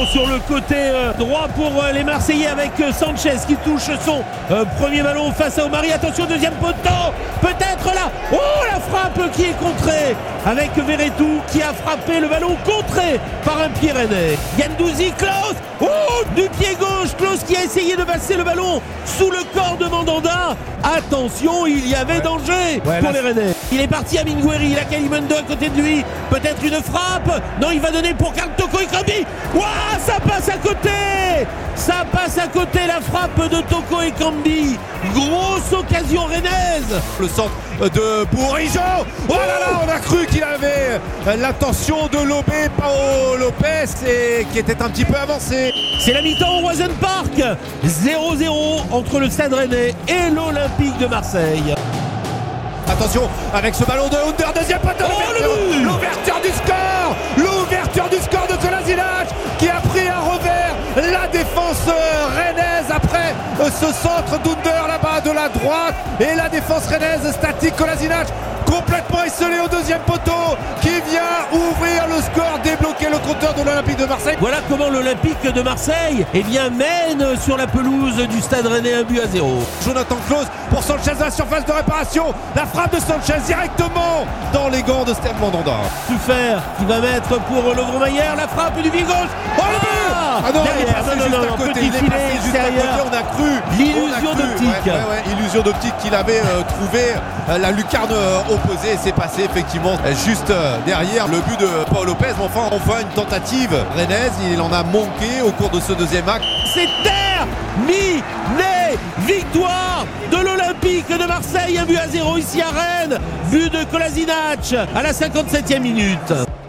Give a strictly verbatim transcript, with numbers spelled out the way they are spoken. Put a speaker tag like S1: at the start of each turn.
S1: sur le côté euh, droit pour euh, les Marseillais avec euh, Sanchez qui touche son euh, premier ballon face à Omari. Attention, deuxième poteau, peut-être là. Oh, la frappe qui est contrée avec Verretou qui a frappé le ballon contré par un pied rennais. Guendouzi, Klaus, oh, du pied gauche, Klaus qui a essayé de passer le ballon sous le corps de Mandanda. Attention, il y avait ouais. danger ouais, pour là, les Rennais. Il est parti à Mingueri, il a Kalimundo à côté de lui. Peut-être une frappe. Non, il va donner pour Karl Toko Ekambi. Ouah, ça passe à côté. Ça passe à côté, la frappe de Toko Ekambi. Grosse occasion rennaise.
S2: Le centre de Bourigeaud. Oh là là, on a cru qu'il avait l'intention de lober Pau Lopez et qui était un petit peu avancé.
S1: C'est la mi-temps au Roison Park. zéro zéro entre le Stade Rennais et l'Olympique de Marseille.
S2: Attention avec ce ballon de Under, deuxième poteau. Oh, l'ouverture du score. L'ouverture du score de Kolasinac qui a pris un revers. La défense rennaise après ce centre d'Under là-bas de la droite. Et la défense rennaise statique, Kolasinac complètement esselé au deuxième poteau qui vient ouvrir le score, débloquer le compteur de l'Olympique de Marseille.
S1: Voilà comment l'Olympique de Marseille eh bien, mène sur la pelouse du Stade Rennais un but à zéro.
S2: Jonathan Klaus pour Sanchez à la surface de réparation. La frappe de Sanchez directement dans les gants de Steve Mandanda.
S1: Super qui va mettre pour Lovre-Mayer la frappe du pied gauche. Oh, le but
S2: ah, ah non,
S1: derrière,
S2: il est passé
S1: non,
S2: juste
S1: non,
S2: à
S1: non,
S2: côté.
S1: Petit
S2: Il est
S1: filet
S2: passé juste
S1: extérieur.
S2: à côté. On a cru.
S1: L'illusion d'optique.
S2: Ouais, ouais, ouais, illusion d'optique qu'il avait euh, trouvé euh, la lucarne euh, opposée. C'est passé effectivement euh, juste euh, derrière le but de Pau Lopez. Mais enfin, on voit une tentative rennaise. Il en a manqué au cours de ce deuxième acte.
S1: C'est terminé. Victoire de l'Olympique de Marseille. Un but à zéro ici à Rennes. But de Kolasinac à la cinquante-septième minute.